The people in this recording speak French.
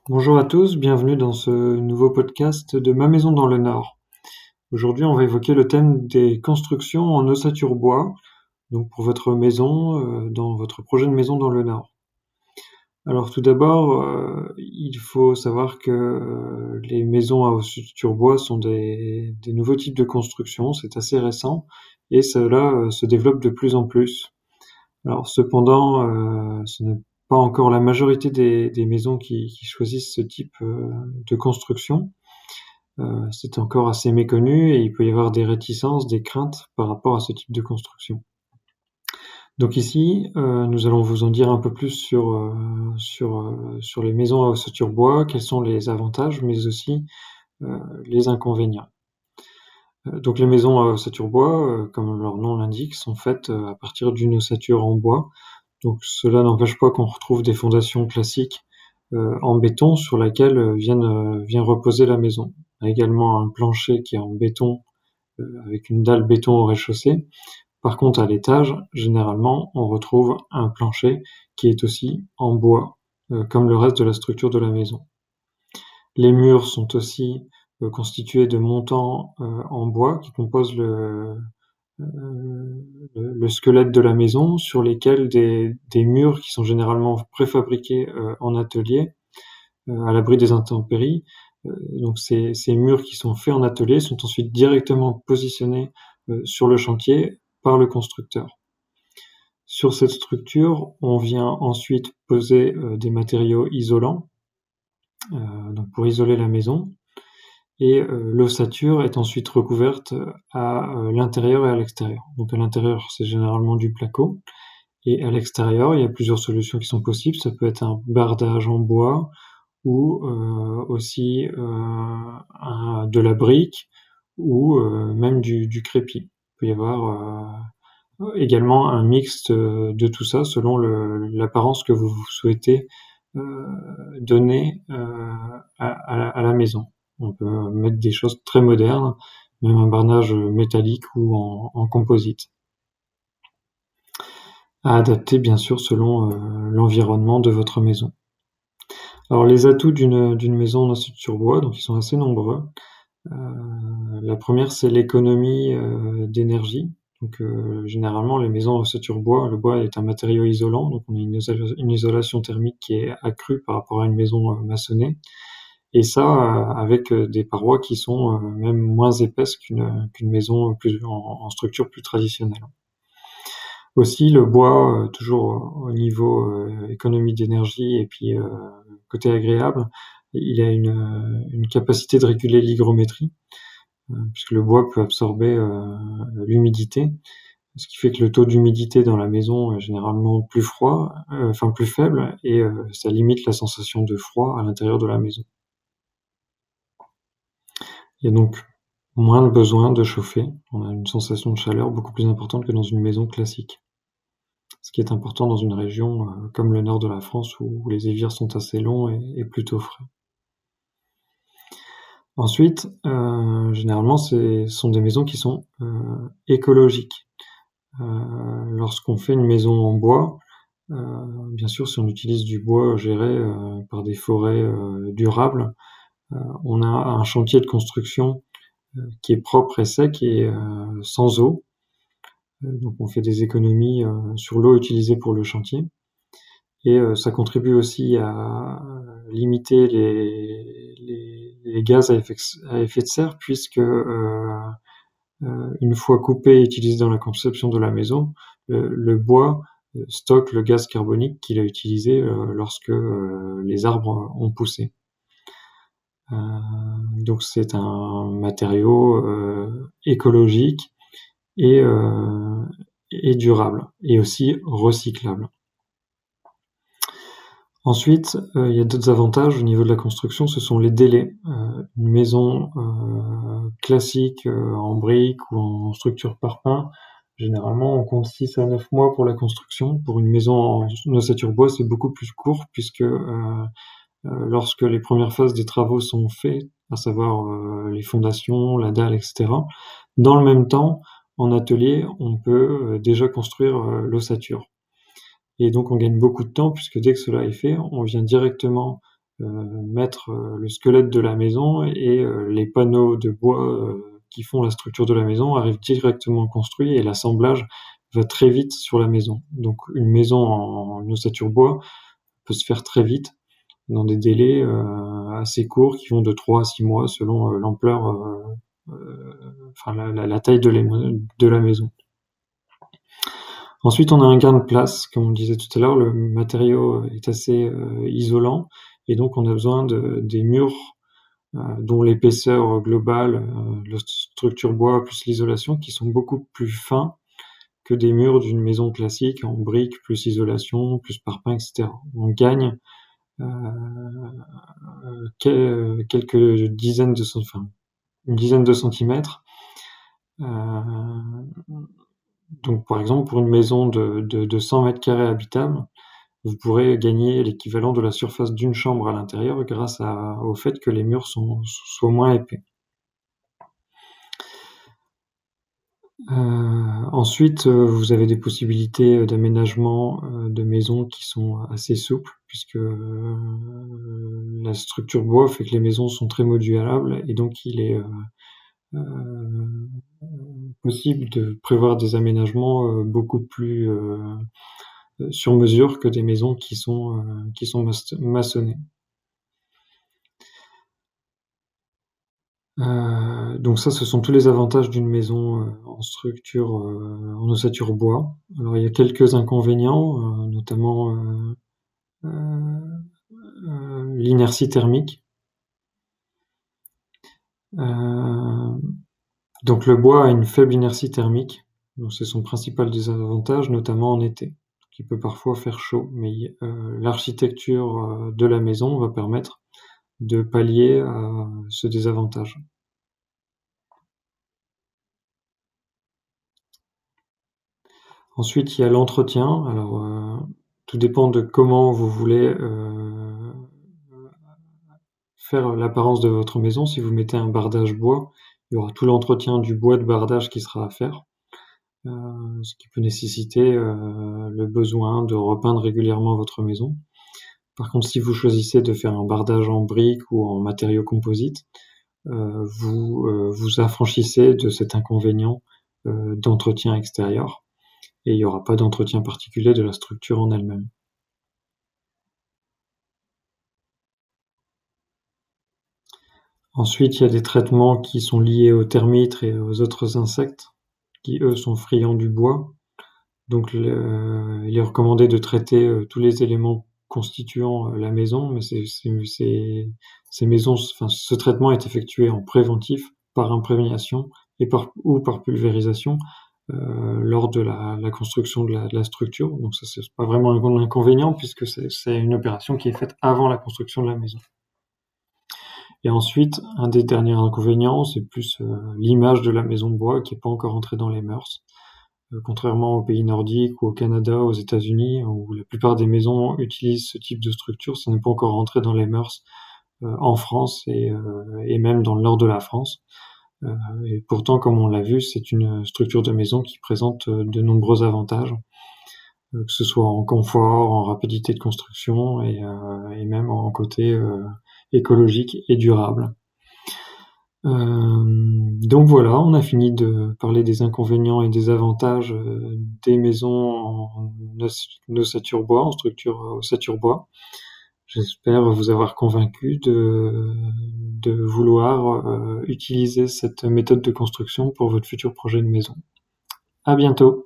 Bonjour à tous, bienvenue dans ce nouveau podcast de Ma maison dans le Nord. Aujourd'hui, on va évoquer le thème des constructions en ossature bois, donc pour votre maison, dans votre projet de maison dans le Nord. Alors tout d'abord, il faut savoir que les maisons à ossature bois sont des nouveaux types de construction, c'est assez récent, et cela se développe de plus en plus. Alors cependant, ce n'est pas encore la majorité des maisons qui choisissent ce type de construction. C'est encore assez méconnu et il peut y avoir des réticences, des craintes par rapport à ce type de construction. Donc ici, nous allons vous en dire un peu plus sur les maisons à ossature bois, quels sont les avantages, mais aussi les inconvénients. Donc les maisons à ossature bois, comme leur nom l'indique, sont faites à partir d'une ossature en bois. Donc cela n'empêche pas qu'on retrouve des fondations classiques en béton sur laquelle vient reposer la maison. On a également un plancher qui est en béton avec une dalle béton au rez-de-chaussée. Par contre, à l'étage, généralement, on retrouve un plancher qui est aussi en bois, comme le reste de la structure de la maison. Les murs sont aussi constitués de montants en bois qui composent le squelette de la maison, sur lesquels des murs qui sont généralement préfabriqués en atelier, à l'abri des intempéries. Donc ces murs qui sont faits en atelier sont ensuite directement positionnés sur le chantier par le constructeur. Sur cette structure, on vient ensuite poser des matériaux isolants, donc pour isoler la maison, et l'ossature est ensuite recouverte à l'intérieur et à l'extérieur. Donc à l'intérieur, c'est généralement du placo, et à l'extérieur, il y a plusieurs solutions qui sont possibles. Ça peut être un bardage en bois ou aussi de la brique ou même du crépi. Il peut y avoir également un mixte de tout ça selon l'apparence que vous souhaitez donner à la maison. On peut mettre des choses très modernes, même un barnage métallique ou en composite, à adapter bien sûr selon l'environnement de votre maison. Alors les atouts d'une maison en ossature bois, donc ils sont assez nombreux. La première, c'est l'économie d'énergie. Donc généralement, les maisons en ossature bois, le bois est un matériau isolant, donc on a une isolation thermique qui est accrue par rapport à une maison maçonnée. Et ça, avec des parois qui sont même moins épaisses qu'une maison plus en structure plus traditionnelle. Aussi, le bois, toujours au niveau économie d'énergie et puis côté agréable, il a une capacité de réguler l'hygrométrie, puisque le bois peut absorber l'humidité, ce qui fait que le taux d'humidité dans la maison est généralement plus froid, enfin plus faible, et ça limite la sensation de froid à l'intérieur de la maison. Il y a donc moins de besoin de chauffer. On a une sensation de chaleur beaucoup plus importante que dans une maison classique. Ce qui est important dans une région comme le nord de la France où les hivers sont assez longs et plutôt frais. Ensuite, généralement, ce sont des maisons qui sont écologiques. Lorsqu'on fait une maison en bois, bien sûr, si on utilise du bois géré par des forêts durables, on a un chantier de construction qui est propre et sec et sans eau. Donc on fait des économies sur l'eau utilisée pour le chantier. Et ça contribue aussi à limiter les gaz à effet de serre, puisque une fois coupé et utilisé dans la conception de la maison, le bois stocke le gaz carbonique qu'il a utilisé lorsque les arbres ont poussé. Donc c'est un matériau écologique et durable, et aussi recyclable. Ensuite, il y a d'autres avantages au niveau de la construction, ce sont les délais. Une maison classique en briques ou en structure par pain, généralement on compte 6 à 9 mois pour la construction. Pour une maison en ossature bois, c'est beaucoup plus court, puisque lorsque les premières phases des travaux sont faits, à savoir les fondations, la dalle, etc., dans le même temps, en atelier, on peut déjà construire l'ossature. Et donc on gagne beaucoup de temps, puisque dès que cela est fait, on vient directement mettre le squelette de la maison et les panneaux de bois qui font la structure de la maison arrivent directement construits et l'assemblage va très vite sur la maison. Donc une maison en ossature bois peut se faire très vite dans des délais assez courts qui vont de 3 à 6 mois selon l'ampleur, la taille de la maison. Ensuite, on a un gain de place, comme on disait tout à l'heure, le matériau est assez isolant et donc on a besoin des murs dont l'épaisseur globale, la structure bois plus l'isolation, qui sont beaucoup plus fins que des murs d'une maison classique en briques plus isolation, plus parpaing, etc. On gagne quelques dizaines de une dizaine de centimètres. Donc par exemple pour une maison de 100 mètres carrés habitable, vous pourrez gagner l'équivalent de la surface d'une chambre à l'intérieur grâce au fait que les murs soient moins épais. Ensuite, vous avez des possibilités d'aménagement de maisons qui sont assez souples, puisque la structure bois fait que les maisons sont très modulables et donc il est possible de prévoir des aménagements beaucoup plus sur mesure que des maisons qui sont maçonnées. Donc ça, ce sont tous les avantages d'une maison en structure, en ossature bois. Alors il y a quelques inconvénients, notamment l'inertie thermique. Donc le bois a une faible inertie thermique, donc c'est son principal désavantage, notamment en été, qui peut parfois faire chaud. Mais l'architecture de la maison va permettre de pallier à ce désavantage. Ensuite, il y a l'entretien. Alors, tout dépend de comment vous voulez faire l'apparence de votre maison. Si vous mettez un bardage bois, il y aura tout l'entretien du bois de bardage qui sera à faire, ce qui peut nécessiter le besoin de repeindre régulièrement votre maison. Par contre, si vous choisissez de faire un bardage en briques ou en matériaux composites, vous affranchissez de cet inconvénient d'entretien extérieur et il n'y aura pas d'entretien particulier de la structure en elle-même. Ensuite, il y a des traitements qui sont liés aux termites et aux autres insectes qui, eux, sont friands du bois. Donc, il est recommandé de traiter tous les éléments constituant la maison, mais ces maisons, ce traitement est effectué en préventif, par imprégnation ou par pulvérisation lors de la construction de la structure. Donc ça, c'est pas vraiment un inconvénient puisque c'est une opération qui est faite avant la construction de la maison. Et ensuite, un des derniers inconvénients, c'est plus l'image de la maison de bois qui est pas encore entrée dans les mœurs. Contrairement aux pays nordiques ou au Canada, aux États-Unis, où la plupart des maisons utilisent ce type de structure, ça n'est pas encore rentré dans les mœurs en France et même dans le nord de la France. Et pourtant, comme on l'a vu, c'est une structure de maison qui présente de nombreux avantages, que ce soit en confort, en rapidité de construction et même en côté écologique et durable. Donc voilà, on a fini de parler des inconvénients et des avantages des maisons en ossature bois, en structure ossature bois. J'espère vous avoir convaincu de vouloir utiliser cette méthode de construction pour votre futur projet de maison. À bientôt!